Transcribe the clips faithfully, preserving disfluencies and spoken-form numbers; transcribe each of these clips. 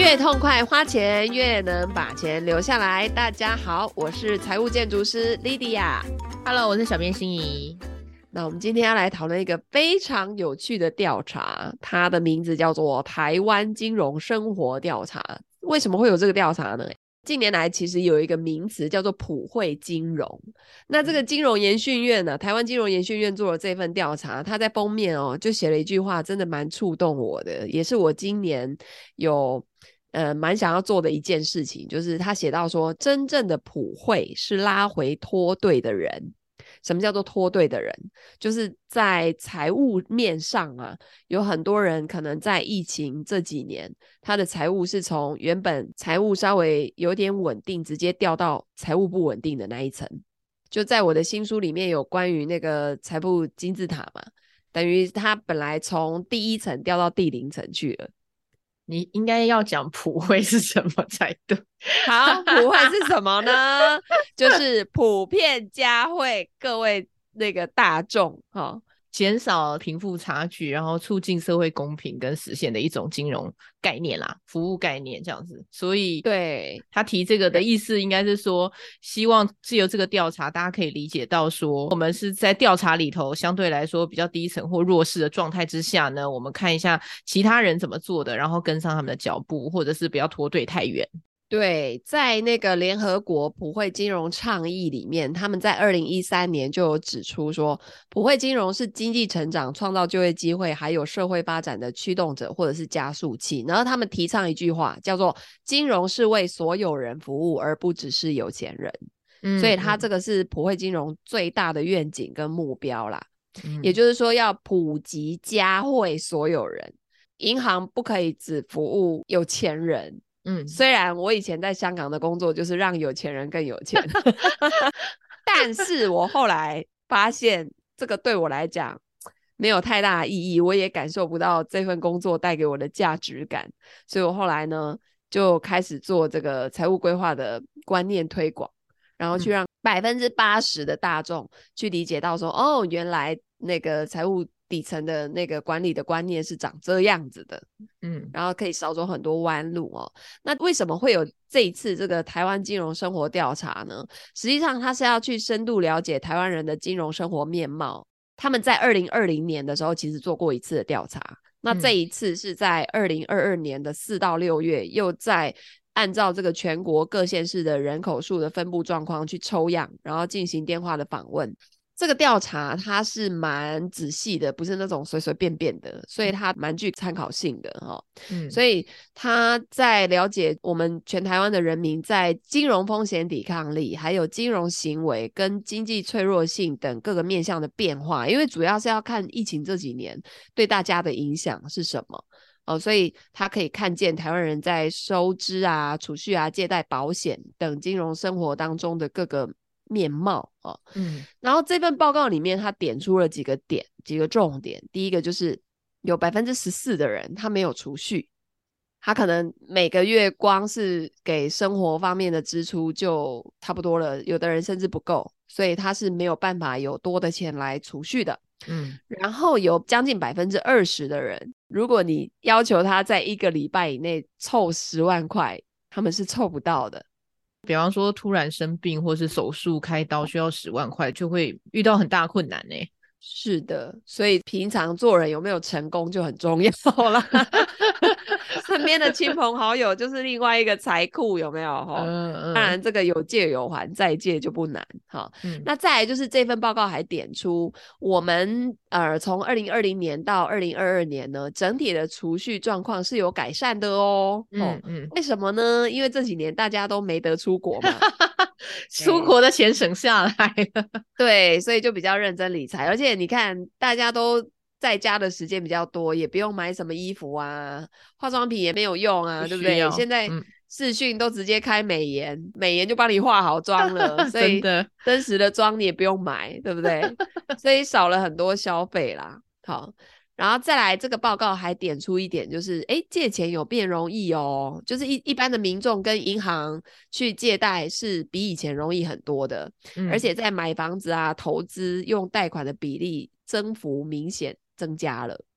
越痛快花钱，越能把钱留下来。大家好，我是财务建筑师 Lydia。Hello， 我是小编心怡。 那我们今天要来讨论一个非常有趣的调查，它的名字叫做台湾金融生活调查。为什么会有这个调查呢？近年来其实有一个名词叫做普惠金融，那这个金融研训院呢、啊，台湾金融研训院做了这份调查，他在封面哦就写了一句话，真的蛮触动我的，也是我今年有呃蛮想要做的一件事情，就是他写到说，真正的普惠是拉回脱队的人。什么叫做脱队的人？就是在财务面上啊，有很多人可能在疫情这几年，他的财务是从原本财务稍微有点稳定，直接掉到财务不稳定的那一层。就在我的新书里面有关于那个财富金字塔嘛，等于他本来从第一层掉到第零层去了。 你应该要讲普惠是什么才对。 好，普惠是什么呢？就是普遍嘉惠各位那个大众、哦、 减少贫富差距，然后促进社会公平跟实现的一种金融概念啦，服务概念这样子。所以对他提这个的意思应该是说，希望藉由这个调查大家可以理解到说，我们是在调查里头相对来说比较低层或弱势的状态之下呢，我们看一下其他人怎么做的，然后跟上他们的脚步，或者是不要脱队太远。 对，在那个联合国普惠金融倡议里面，他们在二零一三年就有指出说，普惠金融是经济成长、创造就业机会还有社会发展的驱动者或者是加速器。然后他们提倡一句话叫做金融是为所有人服务而不只是有钱人、嗯、所以他这个是普惠金融最大的愿景跟目标啦、嗯、也就是说要普及嘉惠所有人，银行不可以只服务有钱人。嗯，虽然我以前在香港的工作就是让有钱人更有钱但是我后来发现这个对我来讲没有太大的意义，我也感受不到这份工作带给我的价值感，所以我后来呢就开始做这个财务规划的观念推广，然后去让百分之八十的大众去理解到说、嗯、哦，原来那个财务底层的那个管理的观念是长这样子的，嗯，然后可以少走很多弯路哦。那为什么会有这一次这个台湾金融生活调查呢？实际上它是要去深度了解台湾人的金融生活面貌。他们在二零二零年的时候其实做过一次的调查，那这一次是在二零二二年的四到六月又在按照这个全国各县市的人口数的分布状况去抽样，然后进行电话的访问。这个调查它是蛮仔细的，不是那种随随便便的，所以它蛮具参考性的、哦嗯、所以它在了解我们全台湾的人民在金融风险抵抗力还有金融行为跟经济脆弱性等各个面向的变化，因为主要是要看疫情这几年对大家的影响是什么哦，所以他可以看见台湾人在收支啊、储蓄啊、借贷、保险等金融生活当中的各个面貌、哦嗯、然后这份报告里面他点出了几个点几个重点。第一个就是有 百分之十四 的人他没有储蓄，他可能每个月光是给生活方面的支出就差不多了，有的人甚至不够，所以他是没有办法有多的钱来储蓄的。嗯，然后有将近 百分之二十 的人，如果你要求他在一个礼拜以内凑十万块，他们是凑不到的。 比方说突然生病或是手术开刀需要十万块，就会遇到很大困难呢、欸。 是的，所以平常做人有没有成功就很重要啦身边的亲朋好友就是另外一个财库，有没有、嗯嗯、当然这个有借有还，再借就不难、嗯、那再来就是这份报告还点出我们呃从二零二零年到二零二二年呢，整体的储蓄状况是有改善的哦。嗯嗯，为什么呢？因为这几年大家都没得出国嘛出国的钱省下来了对，所以就比较认真理财，而且你看大家都在家的时间比较多，也不用买什么衣服啊，化妆品也没有用啊，对不对？现在视讯都直接开美颜、嗯、美颜就帮你化好妆了所以真实的妆你也不用买，对不对所以少了很多消费啦。好，然后再来这个报告还点出一点，就是诶借钱有变容易哦，就是一一般的民众跟银行去借贷是比以前容易很多的、嗯、而且在买房子啊投资用贷款的比例增幅明显增加了。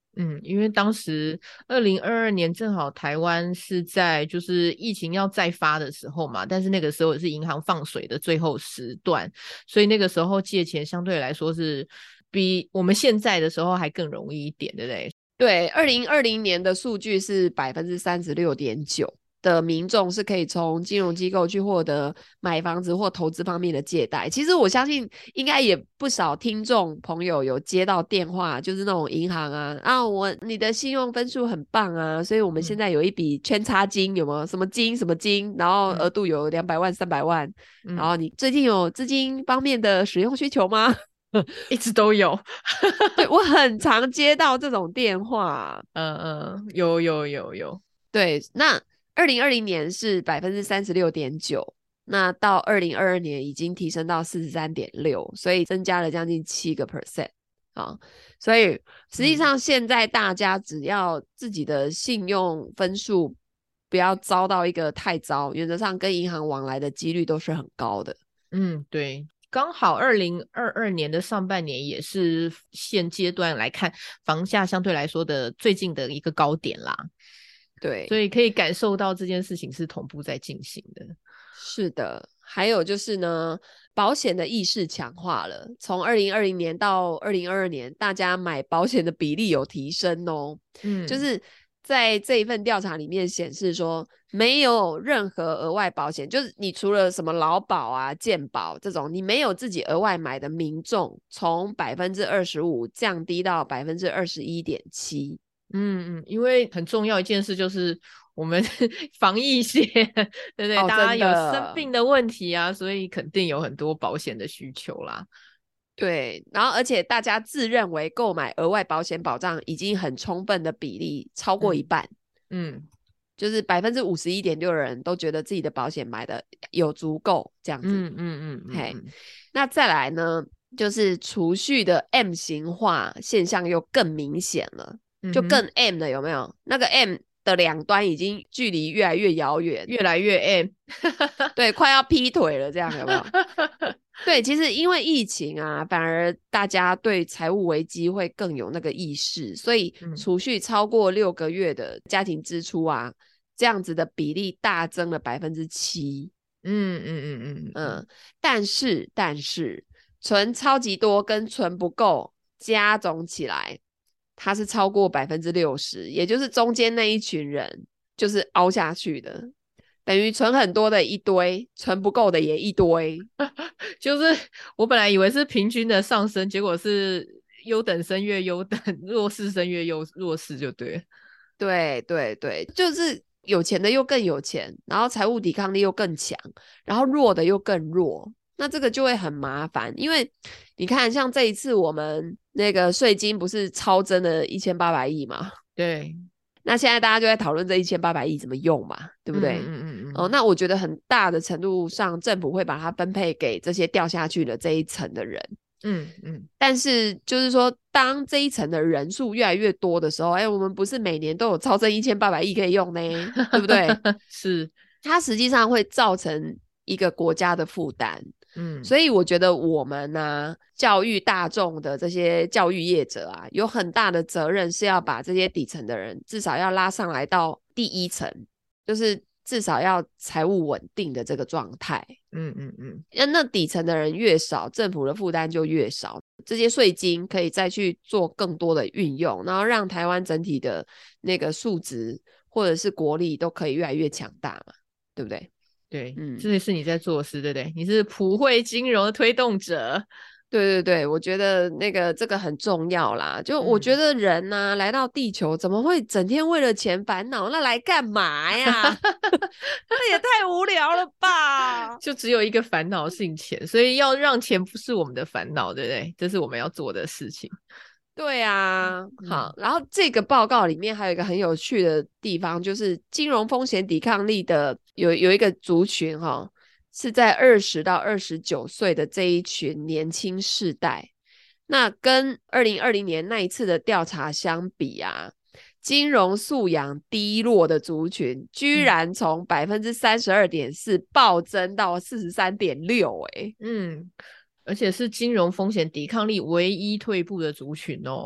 嗯，因为当时二零二二年正好台湾是在就是疫情要再发的时候嘛，但是那个时候也是银行放水的最后时段，所以那个时候借钱相对来说是比我们现在的时候还更容易一点，对不对？ 对，二零二零年的数据是百分之三十六点九的民众是可以从金融机构去获得买房子或投资方面的借贷。其实我相信应该也不少听众朋友有接到电话，就是那种银行啊，啊，我你的信用分数很棒啊，所以我们现在有一笔圈差金，有没有什么金什么金，然后额度有两百万、三百万， 嗯， 然后你最近有资金方面的使用需求吗？ 一直都有。 对，我很常接到这种电话。 嗯嗯，有有有有。 对，那二零二零年是百分之三十六点九，那到二零二二年已经提升到四十三点六，所以增加了将近七个 percent 啊。所以实际上现在大家只要自己的信用分数不要糟到一个太糟，原则上跟银行往来的几率都是很高的。 嗯，对。刚好二零二二年的上半年也是现阶段来看房价相对来说的最近的一个高点啦， 对， 所以可以感受到这件事情是同步在进行的。 是的，还有就是呢，保险的意识强化了。从二零二零年到二零二二年，大家买保险的比例有提升哦。嗯，就是在这一份调查里面显示说，没有任何额外保险，就是你除了什么劳保啊、健保这种，你没有自己额外买的民众，从百分之二十五降低到百分之二十一点七。 嗯嗯，因为很重要一件事就是我们防疫险，对不对？ 哦， 大家有生真的病的问题啊，所以肯定有很多保险的需求啦。 对，然后而且大家自认为购买额外保险保障已经很充分的比例超过一半， 嗯，嗯就是百分之五十一点六的人都觉得自己的保险买的有足够这样子。 嗯嗯嗯嗯， 嘿，那再来呢，就是储蓄的 M 型化现象又更明显了，就更 M 了，有没有？那个 M 的两端已经距离越来越遥远， 越来越 M， 对，快要劈腿了，这样有没有？对，其实因为疫情啊，反而大家对财务危机会更有那个意识，所以储蓄超过六个月的家庭支出啊，这样子的比例大增了百分之七。 嗯嗯嗯嗯嗯，但是但是存超级多跟存不够加总起来，它是超过百分之六十，也就是中间那一群人就是凹下去的。等于存很多的一堆，存不够的也一堆。 就是我本来以为是平均的上升，结果是优等生越优等，弱势生越优弱势，就对。 对对对，就是有钱的又更有钱，然后财务抵抗力又更强，然后弱的又更弱，那这个就会很麻烦。因为你看，像这一次我们那个税金不是超增了一千八百亿嘛？ 对。 那现在大家就在讨论这一千八百亿怎么用嘛，对不对？嗯嗯嗯。哦，那我觉得很大的程度上，政府会把它分配给这些掉下去的这一层的人。嗯嗯。但是就是说，当这一层的人数越来越多的时候，哎，我们不是每年都有超增一千八百亿可以用呢，对不对？ 是， 它实际上会造成一个国家的负担。嗯，所以我觉得我们呢、啊，教育大众的这些教育业者啊，有很大的责任是要把这些底层的人至少要拉上来到第一层，就是至少要财务稳定的这个状态。嗯嗯嗯，那底层的人越少，政府的负担就越少，这些税金可以再去做更多的运用，然后让台湾整体的那个数值或者是国力都可以越来越强大嘛，对不对？ 对，嗯，这是你在做事，对不对？你是普惠金融的推动者。 对对对，我觉得那个这个很重要啦。就我觉得人呢、啊嗯，来到地球怎么会整天为了钱烦恼？那来干嘛呀？那也太无聊了吧！ 就只有一个烦恼性钱，所以要让钱不是我们的烦恼，对不对？这是我们要做的事情。 对啊，好，然后这个报告里面还有一个很有趣的地方，就是金融风险抵抗力的有有一个族群哈、哦，是在二十到二十九岁的这一群年轻世代，那跟二零二零年那一次的调查相比啊，金融素养低落的族群居然从百分之三十二点四暴增到四十三点六，哎， 嗯。而且是金融风险抵抗力唯一退步的族群哦。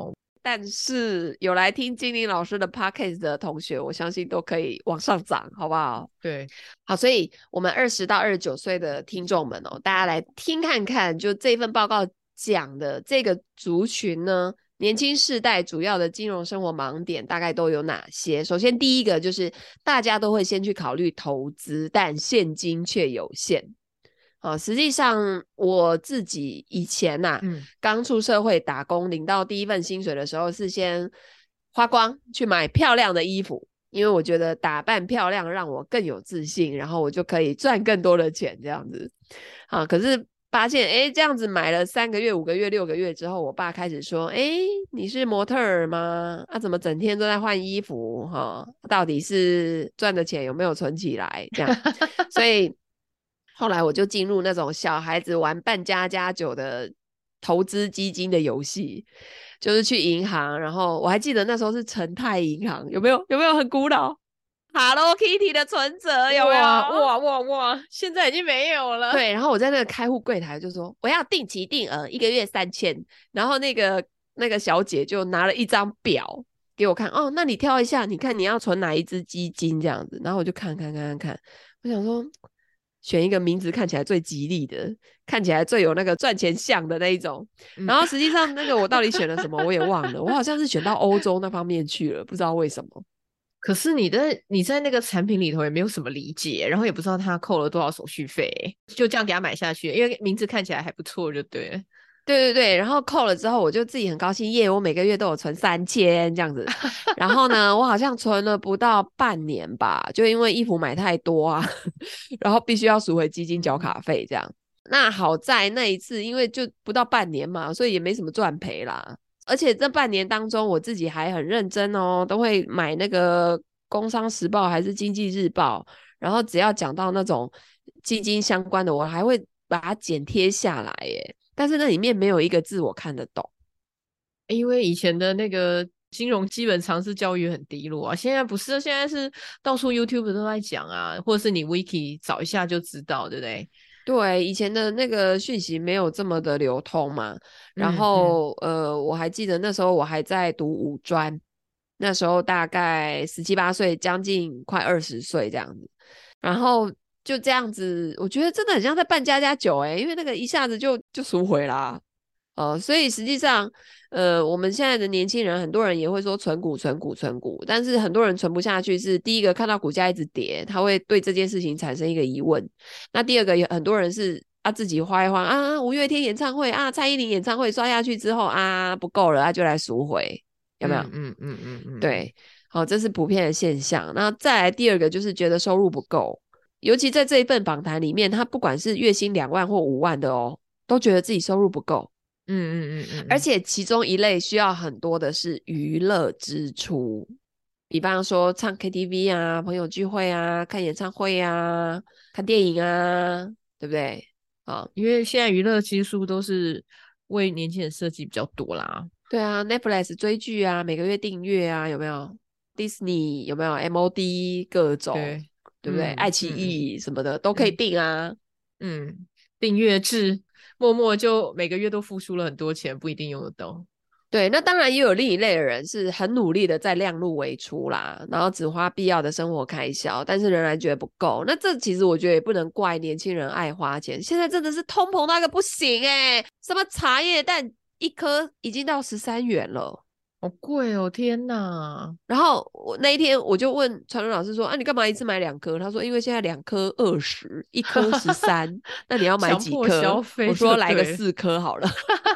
但是有来听精灵老师的 podcast 的同学，我相信都可以往上涨，好不好？ 对， 好，所以我们二十到二十九岁的听众们哦，大家来听看看，就这份报告讲的这个族群呢，年轻世代主要的金融生活盲点大概都有哪些？首先，第一个就是大家都会先去考虑投资，但现金却有限。哦，实际上我自己以前呐、啊，嗯，刚出社会打工，领到第一份薪水的时候，是先花光去买漂亮的衣服，因为我觉得打扮漂亮让我更有自信，然后我就可以赚更多的钱，这样子。啊，可是发现，哎，这样子买了三个月、五个月、六个月之后，我爸开始说，哎，你是模特儿吗？啊，怎么整天都在换衣服？哈、哦，到底是赚的钱有没有存起来？这样，所以。后来我就进入那种小孩子玩扮家家酒的投资基金的游戏，就是去银行，然后我还记得那时候是成泰银行，有没有？有没有很古老 ？Hello Kitty 的存折有没有？ 哇哇哇哇！现在已经没有了。 对，然后我在那个开户柜台就说我要定期定额，一个月三千，然后那个那个小姐就拿了一张表给我看，哦，那你挑一下，你看你要存哪一支基金这样子，然后我就看看看看看，我想说。选一个名字看起来最吉利的，看起来最有那个赚钱相的那一种。然后实际上那个我到底选了什么我也忘了，我好像是选到欧洲那方面去了，不知道为什么。 可是你的你在那个产品里头也没有什么理解，然后也不知道他扣了多少手续费，就这样给他买下去，因为名字看起来还不错，就对了。 对对对，然后扣了之后，我就自己很高兴，耶！我每个月都有存三千这样子。然后呢，我好像存了不到半年吧，就因为衣服买太多啊，然后必须要赎回基金缴卡费这样。那好在那一次，因为就不到半年嘛，所以也没什么赚赔啦。而且这半年当中，我自己还很认真哦，都会买那个《工商时报》还是《经济日报》，然后只要讲到那种基金相关的，我还会把它剪贴下来耶。但是那里面没有一个字我看得懂， 因为以前的那个金融基本常识教育很低落啊，现在不是，现在是到处 YouTube 都在讲啊，或者是你 Wiki 找一下就知道，对不对？ 对，以前的那个讯息没有这么的流通嘛，然后、嗯嗯、呃，我还记得那时候我还在读五专，那时候大概十七八岁，将近快二十岁这样子，然后。就这样子，我觉得真的很像在办家家酒哎、欸，因为那个一下子就就赎回啦，呃，所以实际上，呃，我们现在的年轻人，很多人也会说存股、存股、存股，但是很多人存不下去是，第一个看到股价一直跌，他会对这件事情产生一个疑问。那第二个，有很多人是啊自己花一花啊，五月天演唱会啊，蔡依林演唱会刷下去之后啊，不够了，他、啊、就来赎回，有没有？嗯嗯嗯嗯嗯， 对，好，这是普遍的现象。那再来第二个就是觉得收入不够。尤其在这一份访谈里面，他不管是月薪两万或五万的哦，都觉得自己收入不够。 嗯嗯嗯嗯， 而且其中一类需要很多的是娱乐支出，比方说唱 K T V 啊、朋友聚会啊、看演唱会啊、看电影啊，对不对？啊， 因为现在娱乐技术都是为年轻人设计比较多啦。 对啊 ，Netflix 追剧啊，每个月订阅啊，有没有 ？Disney 有没有 M O D 各种？对。对不对？嗯、爱奇艺什么的、嗯、都可以订啊。 嗯，订阅制，默默就每个月都付出了很多钱，不一定用得到。 对，那当然也有另一类的人是很努力的在量入为出啦，然后只花必要的生活开销，但是仍然觉得不够。那这其实我觉得也不能怪年轻人爱花钱，现在真的是通膨到一个不行哎、欸，什么茶叶蛋一颗已经到十三元了。 好贵哦，天哪！ 然后我那一天我就问传伦老师说：“啊，你干嘛一次买两颗？”他说：“因为现在两颗二十，一颗十三，那你要买几颗？”我说：“来个四颗好了。”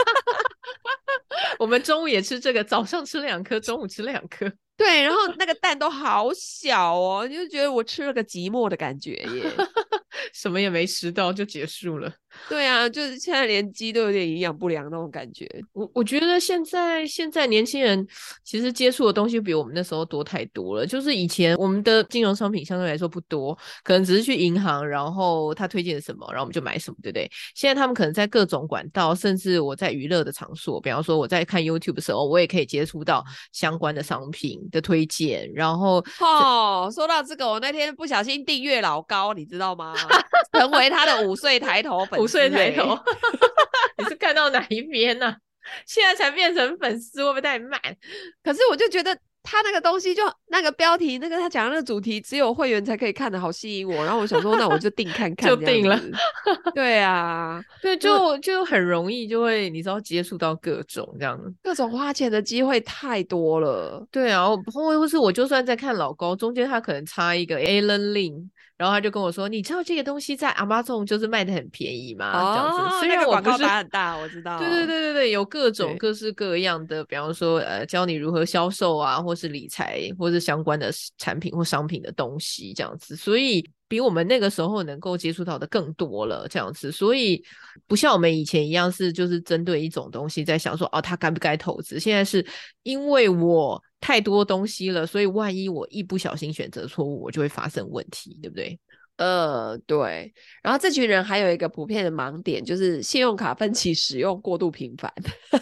我们中午也吃这个，早上吃两颗，中午吃两颗。 对，然后那个蛋都好小哦，你就觉得我吃了个寂寞的感觉耶。 什么也没吃到就结束了。 对啊，就是现在连鸡都有点营养不良那种感觉。 我我觉得现在现在年轻人其实接触的东西比我们那时候多太多了。就是以前我们的金融商品相对来说不多，可能只是去银行，然后他推荐什么，然后我们就买什么，对不对？现在他们可能在各种管道，甚至我在娱乐的场所，比方说我在看 YouTube 的时候，我也可以接触到相关的商品的推荐。然后哦，说到这个，我那天不小心订阅老高，你知道吗？成为他的五岁抬头粉丝、欸。 五岁抬头，你是看到哪一边呢、啊？ 现在才变成粉丝，会不会太慢？ 可是我就觉得他那个东西就那个标题，那个他讲的那个主题，只有会员才可以看的，好吸引我。然后我想说，那我就定看看这样就定了。 子。对啊， 对， 就就就很容易就会，你知道接触到各种这样。 各种花钱的机会太多了。 对啊，或或是我就算在看老高，中间他可能插一个 Alan Lin，然后他就跟我说：“你知道这个东西在 Amazon 就是卖的很便宜吗？”这样子， 哦， 虽那个广告然我不是， 打很大，我知对对道。 对对对，有各种对， 各式各样的，比方说呃，教你如何销售啊，或是理财，或是相关的产品或商品的东西这样子，所以比我们那个时候能够接触到的更多了这样子，所以不像我们以前一样是就是针对一种东西在想说哦，他该不该投资，现在是因为我太多东西了，所以万一我一不小心选择错误，我就会发生问题，对不对？ 呃，对。然后这群人还有一个普遍的盲点，就是信用卡分期使用过度频繁。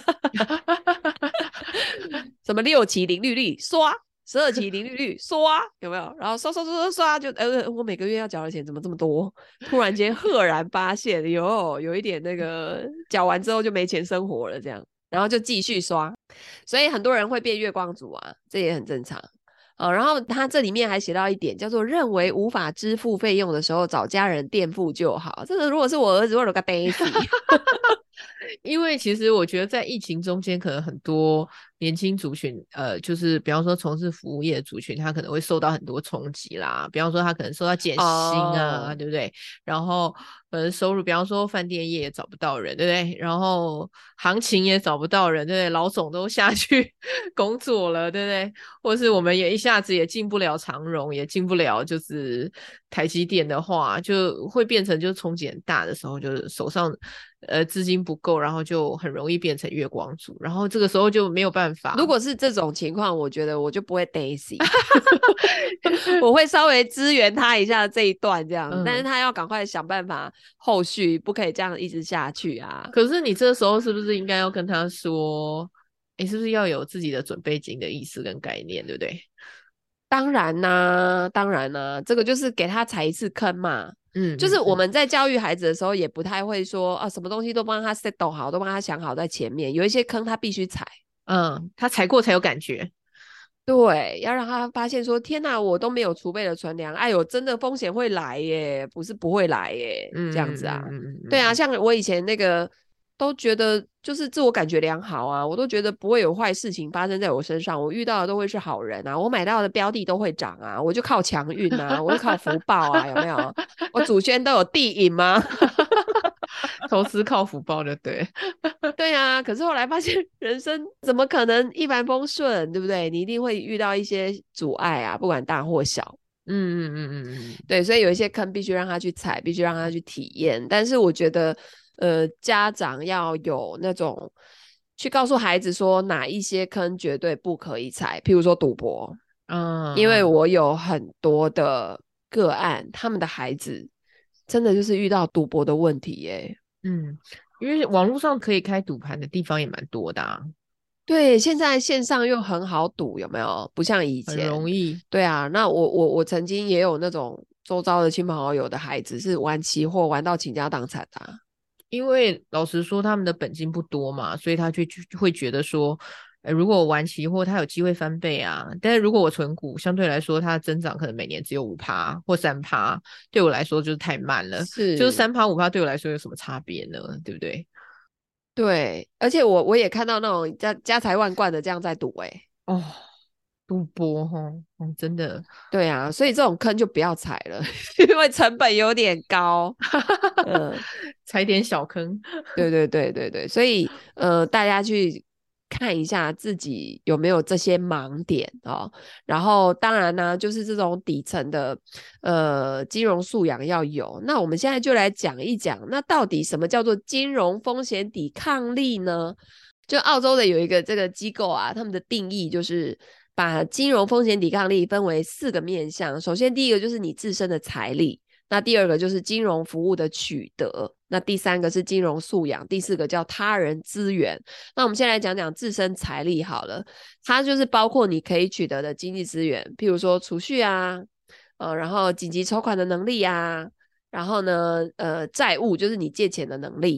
什么六期零利率刷，十二期零利率刷，有没有？然后刷刷刷刷刷，就呃，我每个月要缴的钱怎么这么多？突然间赫然发现，有有一点那个缴完之后就没钱生活了，这样，然后就继续刷，所以很多人会变月光族啊，这也很正常。哦，然后他这里面还写到一点，叫做认为无法支付费用的时候，找家人垫付就好。这个如果是我儿子，我有个 Daisy。 因为其实我觉得在疫情中间，可能很多年轻族群，呃，就是比方说从事服务业的族群，他可能会受到很多冲击啦。比方说他可能受到减薪啊， 哦， 对不对？然后可能收入，比方说饭店业也找不到人，对不对？然后行情也找不到人，对不对？老总都下去工作了，对不对？或是我们也一下子也进不了长荣，也进不了就是台积电的话，就会变成就是冲击很大的时候，就是手上呃资金不够，然后就很容易变成月光族，然后这个时候就没有办法。 如果是这种情况，我觉得我就不会 Daisy。我会稍微支援他一下这一段这样，嗯、但是他要赶快想办法后续，不可以这样一直下去啊。 可是你这时候是不是应该要跟他说，你是不是要有自己的准备金的意思跟概念，对不对？ 当然啦、啊，当然啦、啊，这个就是给他踩一次坑嘛。 嗯， 就是我们在教育孩子的时候，也不太会说啊，什么东西都帮他 set 好，都帮他想好在前面。有一些坑他必须踩， 嗯，他踩过才有感觉。 对，要让他发现说，天哪，我都没有储备的存粮，哎呦，真的风险会来耶，不是不会来耶，这样子啊。 嗯嗯嗯嗯对啊，像我以前那个都觉得就是自我感觉良好啊，我都觉得不会有坏事情发生在我身上，我遇到的都会是好人啊，我买到的标的都会涨啊，我就靠强运啊，我就靠福报啊，有没有？我祖先都有地引吗？ 投资靠福报就对。 对啊，可是后来发现人生怎么可能一帆风顺，对不对？你一定会遇到一些阻碍啊，不管大或小。 嗯嗯嗯嗯嗯， 对，所以有一些坑必须让他去踩，必须让他去体验。但是我觉得，呃，家长要有那种去告诉孩子说哪一些坑绝对不可以踩，譬如说赌博。 嗯， 因为我有很多的个案，他们的孩子真的就是遇到赌博的问题耶。 嗯，因为网络上可以开赌盘的地方也蛮多的啊， 对，现在线上又很好赌，有没有？不像以很前。 容易。 对啊，那我我我曾经也有那种周遭的亲朋好友的孩子是玩期货玩到倾家荡产的啊。 因为老实说，他们的本金不多嘛，所以他就会觉得说，呃，如果我玩期货，他有机会翻倍啊。但是如果我存股，相对来说，它的增长可能每年只有五趴或三趴，对我来说就是太慢了。就是是， 三趴五趴对我来说有什么差别呢？对不对？ 对，而且我我也看到那种家家财万贯的这样在赌，哎， 哦，赌博哦，哦，真的， 对啊，所以这种坑就不要踩了，因为成本有点高。嗯， 踩点小坑。 对对对对对，所以呃，大家去看一下自己有没有这些盲点哦。然后当然呢，就是这种底层的呃金融素养要有。那我们现在就来讲一讲，那到底什么叫做金融风险抵抗力呢？就澳洲的有一个这个机构啊，他们的定义就是把金融风险抵抗力分为四个面向。首先，第一个就是你自身的财力。那第二个就是金融服务的取得，那第三个是金融素养，第四个叫他人资源。那我们先来讲讲自身财力好了，它就是包括你可以取得的经济资源，譬如说储蓄啊，呃，然后紧急筹款的能力啊，然后呢，呃，债务就是你借钱的能力，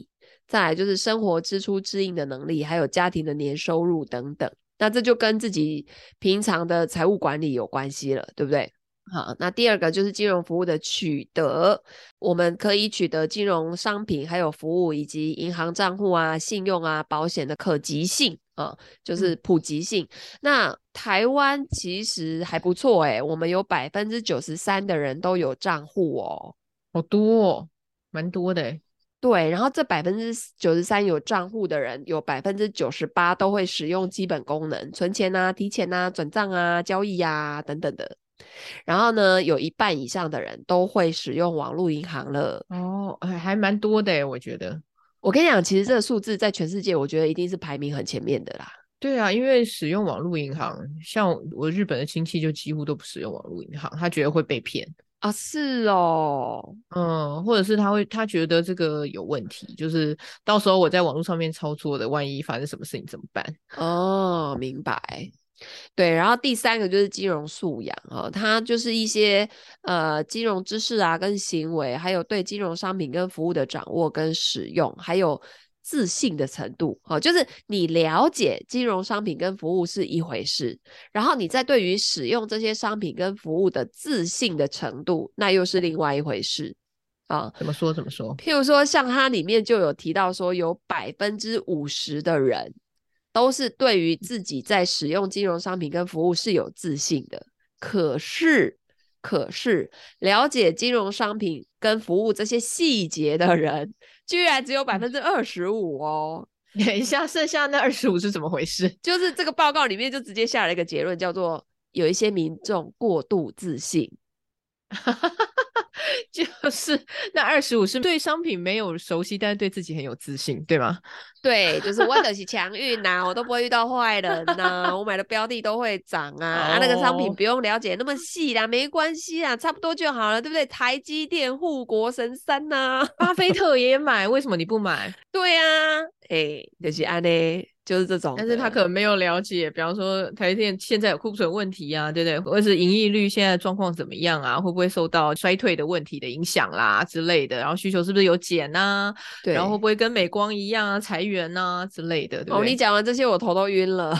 再来就是生活支出支应的能力，还有家庭的年收入等等。那这就跟自己平常的财务管理有关系了，对不对？好，那第二个就是金融服务的取得，我们可以取得金融商品还有服务，以及银行账户啊、信用啊、保险的可及性啊，就是普及性。嗯、那台湾其实还不错诶、欸，我们有百分之九十三的人都有账户哦， 好多哦，蛮多的诶。 对，然后这百分之九十三有账户的人，有百分之九十八都会使用基本功能，存钱啊、提钱啊、转账啊、交易啊等等的。然后呢，有一半以上的人都会使用网络银行了。 哦，还还蛮多的诶，我觉得。 我跟你讲，其实这个数字在全世界，我觉得一定是排名很前面的啦。 对啊，因为使用网络银行，像我日本的亲戚就几乎都不使用网络银行，他觉得会被骗。 啊，是哦， 嗯，或者是他会他觉得这个有问题，就是到时候我在网络上面操作的，万一发生什么事情怎么办？ 哦，明白。对，然后第三个就是金融素养哦，它就是一些呃金融知识啊跟行为，还有对金融商品跟服务的掌握跟使用，还有自信的程度哦，就是你了解金融商品跟服务是一回事，然后你在对于使用这些商品跟服务的自信的程度，那又是另外一回事啊。 怎么说怎么说？ 譬如说，像它里面就有提到说，有百分之五十的人都是对于自己在使用金融商品跟服务是有自信的，可是，可是了解金融商品跟服务这些细节的人，居然只有百分之二十五哦。 等一下，剩下那二十五是怎么回事？ 就是这个报告里面就直接下了一个结论，叫做有一些民众过度自信。 就是那二十五是对商品没有熟悉，但是对自己很有自信，对吗？ 对，就是我的是强运呐，我都不会遇到坏人呐，我买的标的都会涨啊，啊，那个商品哦， 不用了解那么细啦，没关系啦，差不多就好了，对不对？台积电、护国神山呐、 巴菲特也买，为什么你不买？ 对啊，哎，就是安呢，就是这种但是他的。 可能没有了解，比方说台积电现在有库存问题啊，对不对？或者是盈利率现在状况怎么样啊？会不会受到衰退的问题的影响啦之类的？然后需求是不是有减啊？然后会对， 不会跟美光一样啊裁员啊之类的，对不哦，你对？ 讲完这些，我头都晕了。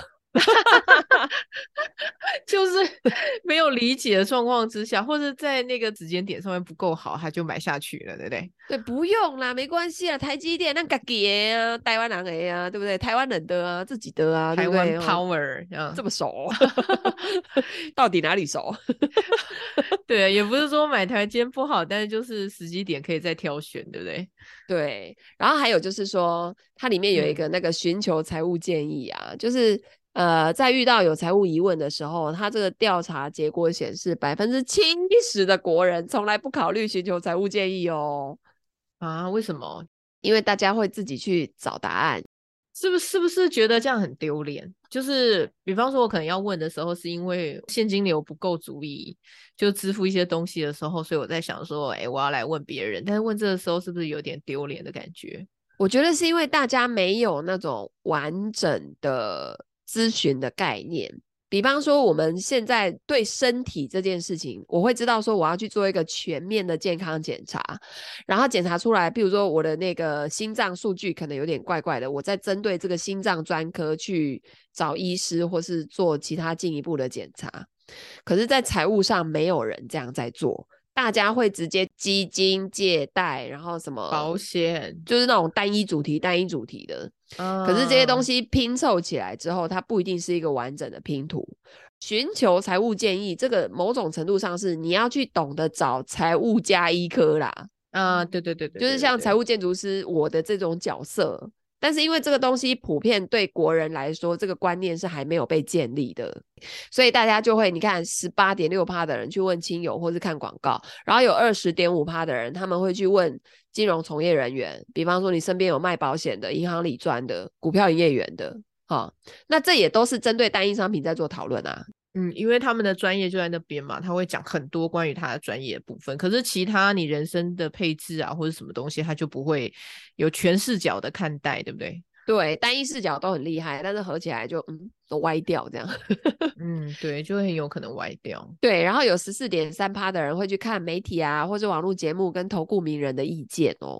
就是没有理解的状况之下，或者在那个时间点上面不够好，他就买下去了，对不对？ 对，不用啦，没关系啦，台积电那自己的啊，台湾人的啊，对不对？台湾人的啊，自己的啊，对台湾不对？哦， Power 啊， 这么熟，到底哪里熟？ 对，也不是说买台阶不好，但是就是时机点可以再挑选，对不对？ 对，然后还有就是说，它里面有一嗯， 个那个寻求财务建议啊，就是呃，在遇到有财务疑问的时候，它这个调查结果显示，百分之七十的国人从来不考虑寻求财务建议哦， 啊，为什么？ 因为大家会自己去找答案。 是不是是不是觉得这样很丢脸？就是比方说，我可能要问的时候，是因为现金流不够足以就支付一些东西的时候，所以我在想说，哎，我要来问别人，但是问这个时候是不是有点丢脸的感觉？ 我觉得是因为大家没有那种完整的咨询的概念。比方说，我们现在对身体这件事情，我会知道说我要去做一个全面的健康检查，然后检查出来，比如说我的那个心脏数据可能有点怪怪的，我再针对这个心脏专科去找医师，或是做其他进一步的检查。可是，在财务上，没有人这样在做。大家会直接基金、借贷，然后什么， 保险， 就是那种单一主题、单一主题的。可是这些东嗯， 西拼凑起来之后，它不一定是一个完整的拼图。寻求财务建议，这个某种程度上是你要去懂得找财务加医科啦， 啊，对对对对就是对对对， 像财务建筑师我的这种角色。但是因为这个东西普遍对国人来说，这个观念是还没有被建立的，所以大家就会你看十八点六趴的人去问亲友或是看广告，然后有二十点五趴的人他们会去问金融从业人员，比方说你身边有卖保险的、银行理专的、股票营业员的，哈，那这也都是针对单一商品在做讨论啊。 嗯，因为他们的专业就在那边嘛，他会讲很多关于他的专业的部分。可是其他你人生的配置啊，或者什么东西，他就不会有全视角的看待，对不对？ 对，单一视角都很厉害，但是合起来就嗯都歪掉这样。 嗯，对，就会很有可能歪掉。 对，然后有十四点三趴的人会去看媒体啊，或者网络节目跟投顾名人的意见哦。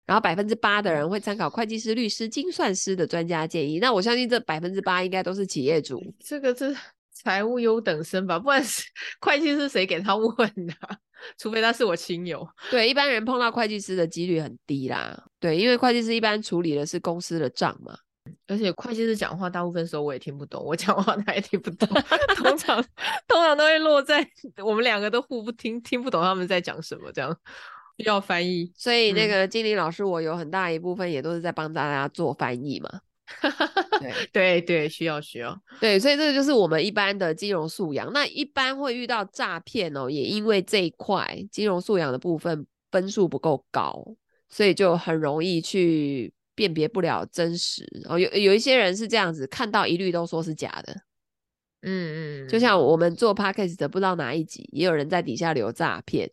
然后百分之八的人会参考会计师、律师、精算师的专家建议。那我相信这百分之八应该都是企业主。 这个是财务优等生吧？不然是会计师谁给他问的、啊？除非他是我亲友。 对，一般人碰到会计师的几率很低啦。对，因为会计师一般处理的是公司的账嘛。 而且会计师讲话大部分时候我也听不懂，我讲话他也听不懂，通常通常都会落在我们两个都互不听听不懂他们在讲什么，这样需要翻译。 所以那个精灵老师，我有很大一部分也都是在帮大家做翻译嘛。 对对对，需要需要。 对，所以这个就是我们一般的金融素养。那一般会遇到诈骗哦，也因为这一块金融素养的部分分数不够高，所以就很容易去辨别不了真实。哦，有有一些人是这样子，看到一律都说是假的。 嗯嗯， 就像我们做 podcast 的，不知道哪一集，也有人在底下留诈骗，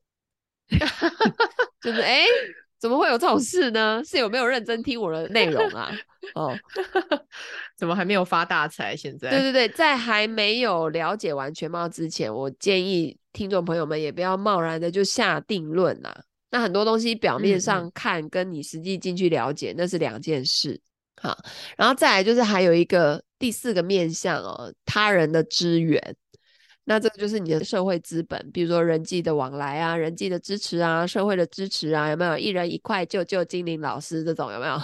就是哎，怎么会有这种事呢？是有没有认真听我的内容啊？哦， 怎么还没有发大财？现在对对对，在还没有了解完全貌之前，我建议听众朋友们也不要贸然的就下定论啦。那很多东西表面上看，跟你实际进去了解，嗯嗯那是两件事。好，然后再来就是还有一个第四个面向哦，他人的资源。那这个就是你的社会资本，比如说人际的往来啊，人际的支持啊，社会的支持啊，有没有？一人一块救救精灵老师这种有没有？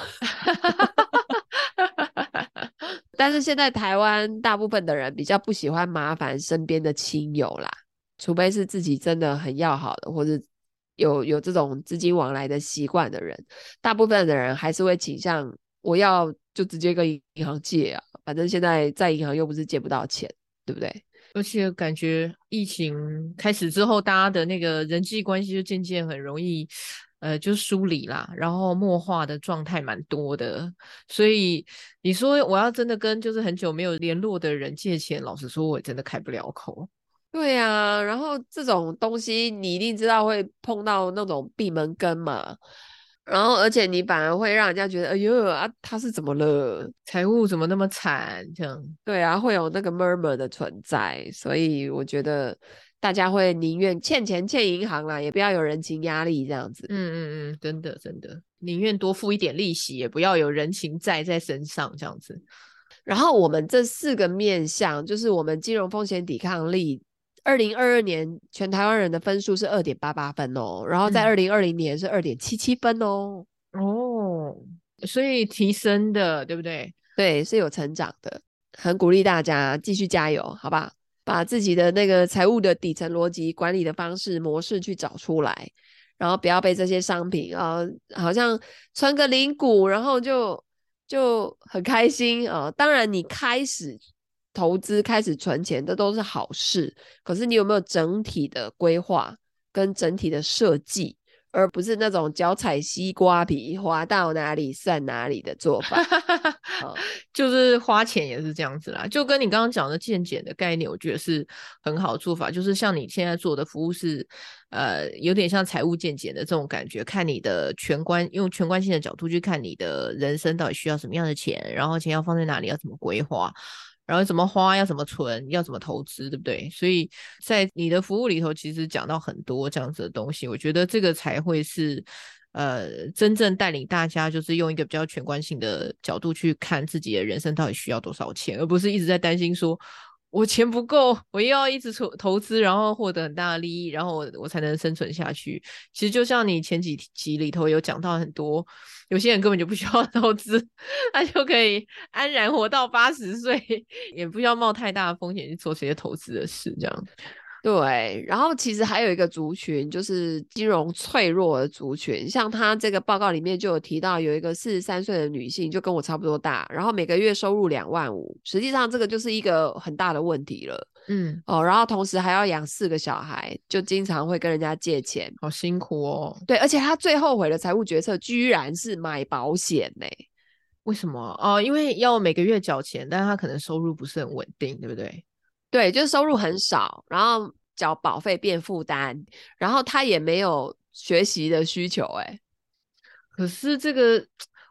但是现在台湾大部分的人比较不喜欢麻烦身边的亲友啦，除非是自己真的很要好的，或者有有这种资金往来的习惯的人，大部分的人还是会倾向我要就直接跟银行借啊，反正现在在银行又不是借不到钱，对不对？ 而且感觉疫情开始之后，大家的那个人际关系就渐渐很容易呃，就疏离啦，然后默化的状态蛮多的，所以你说我要真的跟就是很久没有联络的人借钱，老实说我真的开不了口。 对啊，然后这种东西你一定知道会碰到那种闭门羹嘛，然后而且你反而会让人家觉得哎呦啊他是怎么了， 财务怎么那么惨这样。 对啊，会有那个 murmur 的存在，所以我觉得大家会宁愿欠钱欠银行啦，也不要有人情压力这样子。 嗯嗯嗯，真的真的，宁愿多付一点利息，也不要有人情债在身上这样子。 然后我们这四个面向，就是我们金融风险抵抗力，二零二二年全台湾人的分数是二点八八分哦，然后在二零二零年是二点七七分哦。 哦，所以提升的，对不对？ 对，是有成长的，很鼓励大家继续加油，好吧？把自己的那个财务的底层逻辑管理的方式模式去找出来，然后不要被这些商品啊、呃，好像存个零股，然后就就很开心啊、呃。当然，你开始投资、开始存钱，这都是好事。可是你有没有整体的规划跟整体的设计？而不是那种脚踩西瓜皮滑到哪里算哪里的做法。 哦、就是花钱也是这样子啦，就跟你刚刚讲的健检的概念，我觉得是很好的做法。就是像你现在做的服务是，呃，有点像财务健检的这种感觉，看你的全观，用全观性的角度去看你的人生到底需要什么样的钱，然后钱要放在哪里，要怎么规划。然后怎么花，要怎么存，要怎么投资，对不对？所以在你的服务里头，其实讲到很多这样子的东西，我觉得这个才会是呃真正带领大家，就是用一个比较全观性的角度去看自己的人生到底需要多少钱，而不是一直在担心说我钱不够，我又要一直投资，然后获得很大的利益，然后我我才能生存下去。其实就像你前几集里头有讲到很多，有些人根本就不需要投资，他就可以安然活到八十岁，也不需要冒太大的风险去做这些投资的事，这样。 对，然后其实还有一个族群，就是金融脆弱的族群。像他这个报告里面就有提到，有一个四十三岁的女性，就跟我差不多大，然后每个月收入两万五，实际上这个就是一个很大的问题了。 嗯， 哦，然后同时还要养四个小孩，就经常会跟人家借钱， 好辛苦哦。 对，而且他最后悔的财务决策居然是买保险呢、欸。 为什么？哦，因为要每个月缴钱，但是他可能收入不是很稳定，对不对？ 对，就是收入很少，然后缴保费变负担，然后他也没有学习的需求、欸， 可是这个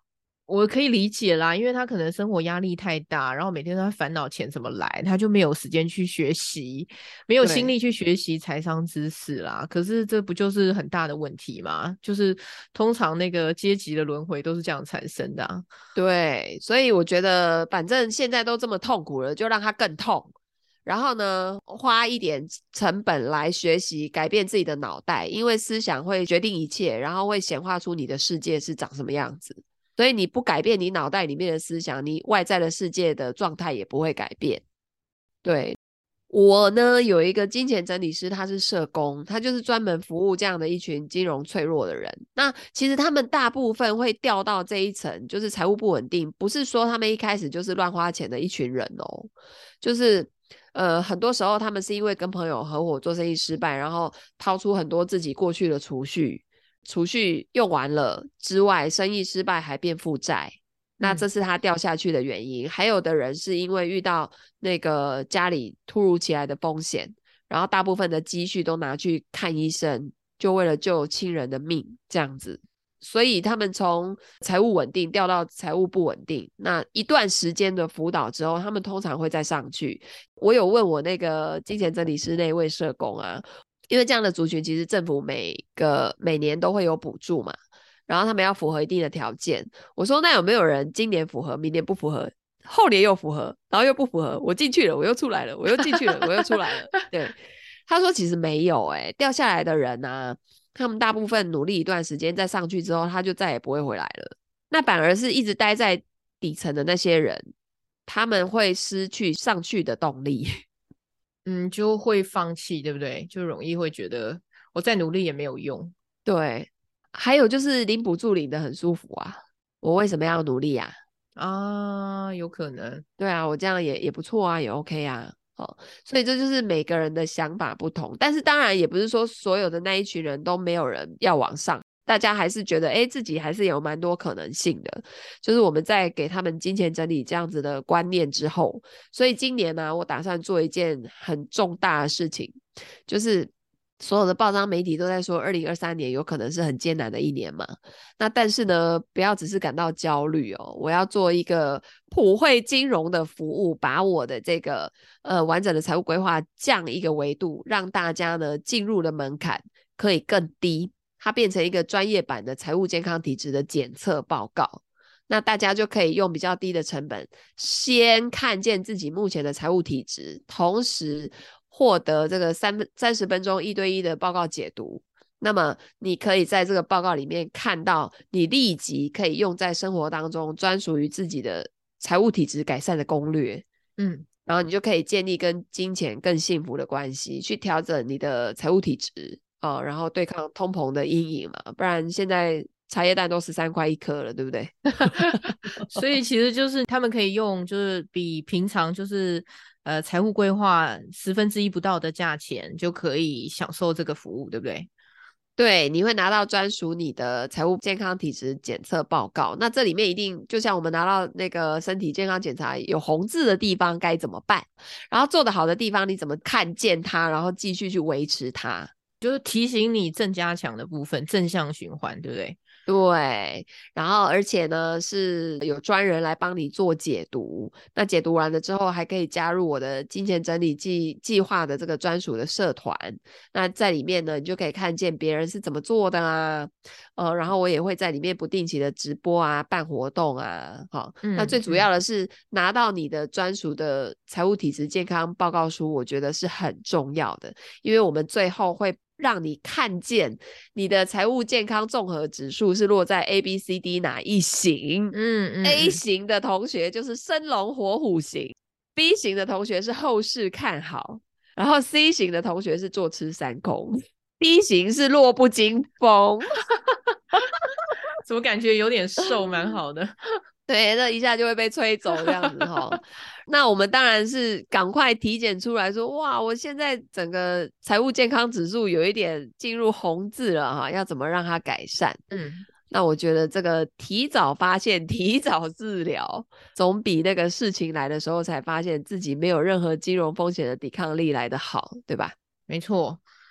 我可以理解啦，因为他可能生活压力太大，然后每天都在烦恼钱怎么来，他就没有时间去学习，没有心对力去学习财商知识啦。可是这不就是很大的问题吗？就是通常那个阶级的轮回都是这样产生的啊。 对，所以我觉得反正现在都这么痛苦了，就让他更痛。然后呢，花一点成本来学习改变自己的脑袋，因为思想会决定一切，然后会显化出你的世界是长什么样子。所以你不改变你脑袋里面的思想，你外在的世界的状态也不会改变。对，我呢有一个金钱整理师，他是社工，他就是专门服务这样的一群金融脆弱的人。那其实他们大部分会掉到这一层，就是财务不稳定，不是说他们一开始就是乱花钱的一群人哦，就是呃很多时候他们是因为跟朋友合伙做生意失败，然后掏出很多自己过去的储蓄，储蓄用完了之外，生意失败还变负债。那这是他掉下去的原因。还有的人是因为遇到那个家里突如其来的风险，然后大部分的积蓄都拿去看医生，就为了救亲人的命这样子。所以他们从财务稳定掉到财务不稳定，那一段时间的辅导之后，他们通常会再上去。我有问我那个金钱整理师那位社工啊，因为这样的族群其实政府每个每年都会有补助嘛，然后他们要符合一定的条件。我说那有没有人今年符合，明年不符合，后年又符合，然后又不符合，我进去了，我又出来了，我又进去了，我又出来了。对，他说其实没有欸，掉下来的人啊，他们大部分努力一段时间再上去之后，他就再也不会回来了。那反而是一直待在底层的那些人，他们会失去上去的动力。 嗯，就会放弃，对不对？就容易会觉得我再努力也没有用。 对，还有就是领补助领的很舒服啊，我为什么要努力啊？ 啊，有可能。 对啊，我这样也也不错啊，也 OK 啊。哦，所以这就是每个人的想法不同，但是当然也不是说所有的那一群人都没有人要往上，大家还是觉得哎，自己还是有蛮多可能性的。就是我们在给他们金钱整理这样子的观念之后，所以今年呢、啊，我打算做一件很重大的事情，就是所有的报章媒体都在说二零二三年有可能是很艰难的一年嘛。那但是呢，不要只是感到焦虑哦，我要做一个普惠金融的服务，把我的这个呃完整的财务规划降一个维度，让大家呢进入的门槛可以更低，它变成一个专业版的财务健康体质的检测报告。那大家就可以用比较低的成本，先看见自己目前的财务体质，同时获得这个三三十分钟一对一的报告解读。那么你可以在这个报告里面看到你立即可以用在生活当中专属于自己的财务体质改善的攻略。 嗯， 然后你就可以建立跟金钱更幸福的关系，去调整你的财务体质啊、哦，然后对抗通膨的阴影嘛。不然现在茶叶蛋都十三块一颗了，对不对？ 所以其实就是他们可以用，就是比平常就是呃财务规划十分之一不到的价钱，就可以享受这个服务，对不对？ 对，你会拿到专属你的财务健康体质检测报告。那这里面一定就像我们拿到那个身体健康检查有红字的地方该怎么办，然后做得好的地方你怎么看见它，然后继续去维持它。 就是提醒你正加强的部分，正向循环，对不对？ 对，然后而且呢是有专人来帮你做解读，那解读完了之后还可以加入我的金钱整理计计划的这个专属的社团，那在里面呢你就可以看见别人是怎么做的啊，呃，然后我也会在里面不定期的直播啊，办活动啊，好，那嗯最主要的是拿到你的专属的财务体质健康报告书，我觉得是很重要的，因为我们最后会让你看见你的财务健康综合指数是落在 A B C D 哪一型。 嗯嗯 A 嗯， 型的同学就是生龙活虎型， B 型的同学是后市看好，然后 C 型的同学是坐吃山空，D 型是弱不禁风。 怎么感觉有点瘦，蛮好的。 对，那一下就会被吹走这样子哈。那我们当然是赶快体检出来说，哇，我现在整个财务健康指数有一点进入红字了哈，要怎么让它改善？ 嗯， 那我觉得这个提早发现、提早治疗，总比那个事情来的时候才发现自己没有任何金融风险的抵抗力来得好，对吧？ 没错。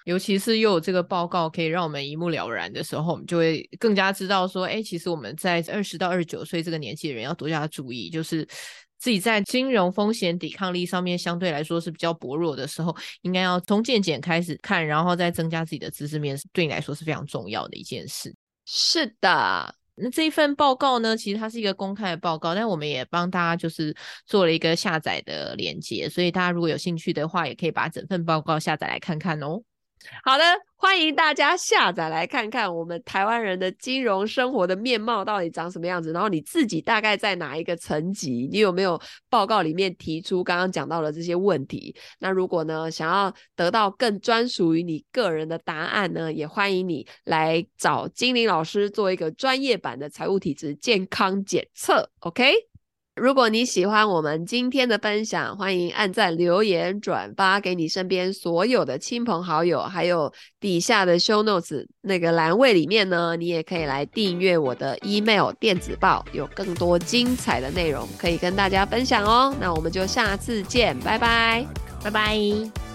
尤其是又有这个报告可以让我们一目了然的时候，我们就会更加知道说，哎，其实我们在二十到二十九岁这个年纪的人要多加注意，就是自己在金融风险抵抗力上面相对来说是比较薄弱的时候，应该要从健检开始看，然后再增加自己的知识面，对你来说是非常重要的一件事。 是的。 那这一份报告呢，其实它是一个公开的报告，但我们也帮大家就是做了一个下载的连结，所以大家如果有兴趣的话，也可以把整份报告下载来看看哦。 好的，欢迎大家下载来看看我们台湾人的金融生活的面貌到底长什么样子，然后你自己大概在哪一个层级，你有没有报告里面提出刚刚讲到的这些问题。那如果呢想要得到更专属于你个人的答案呢，也欢迎你来找精灵老师做一个专业版的财务体质健康检测 OK。如果你喜欢我们今天的分享，欢迎按赞、留言、转发给你身边所有的亲朋好友，还有底下的 show notes 那个栏位里面呢，你也可以来订阅我的 email 电子报，有更多精彩的内容可以跟大家分享哦。那我们就下次见，拜拜， 拜拜。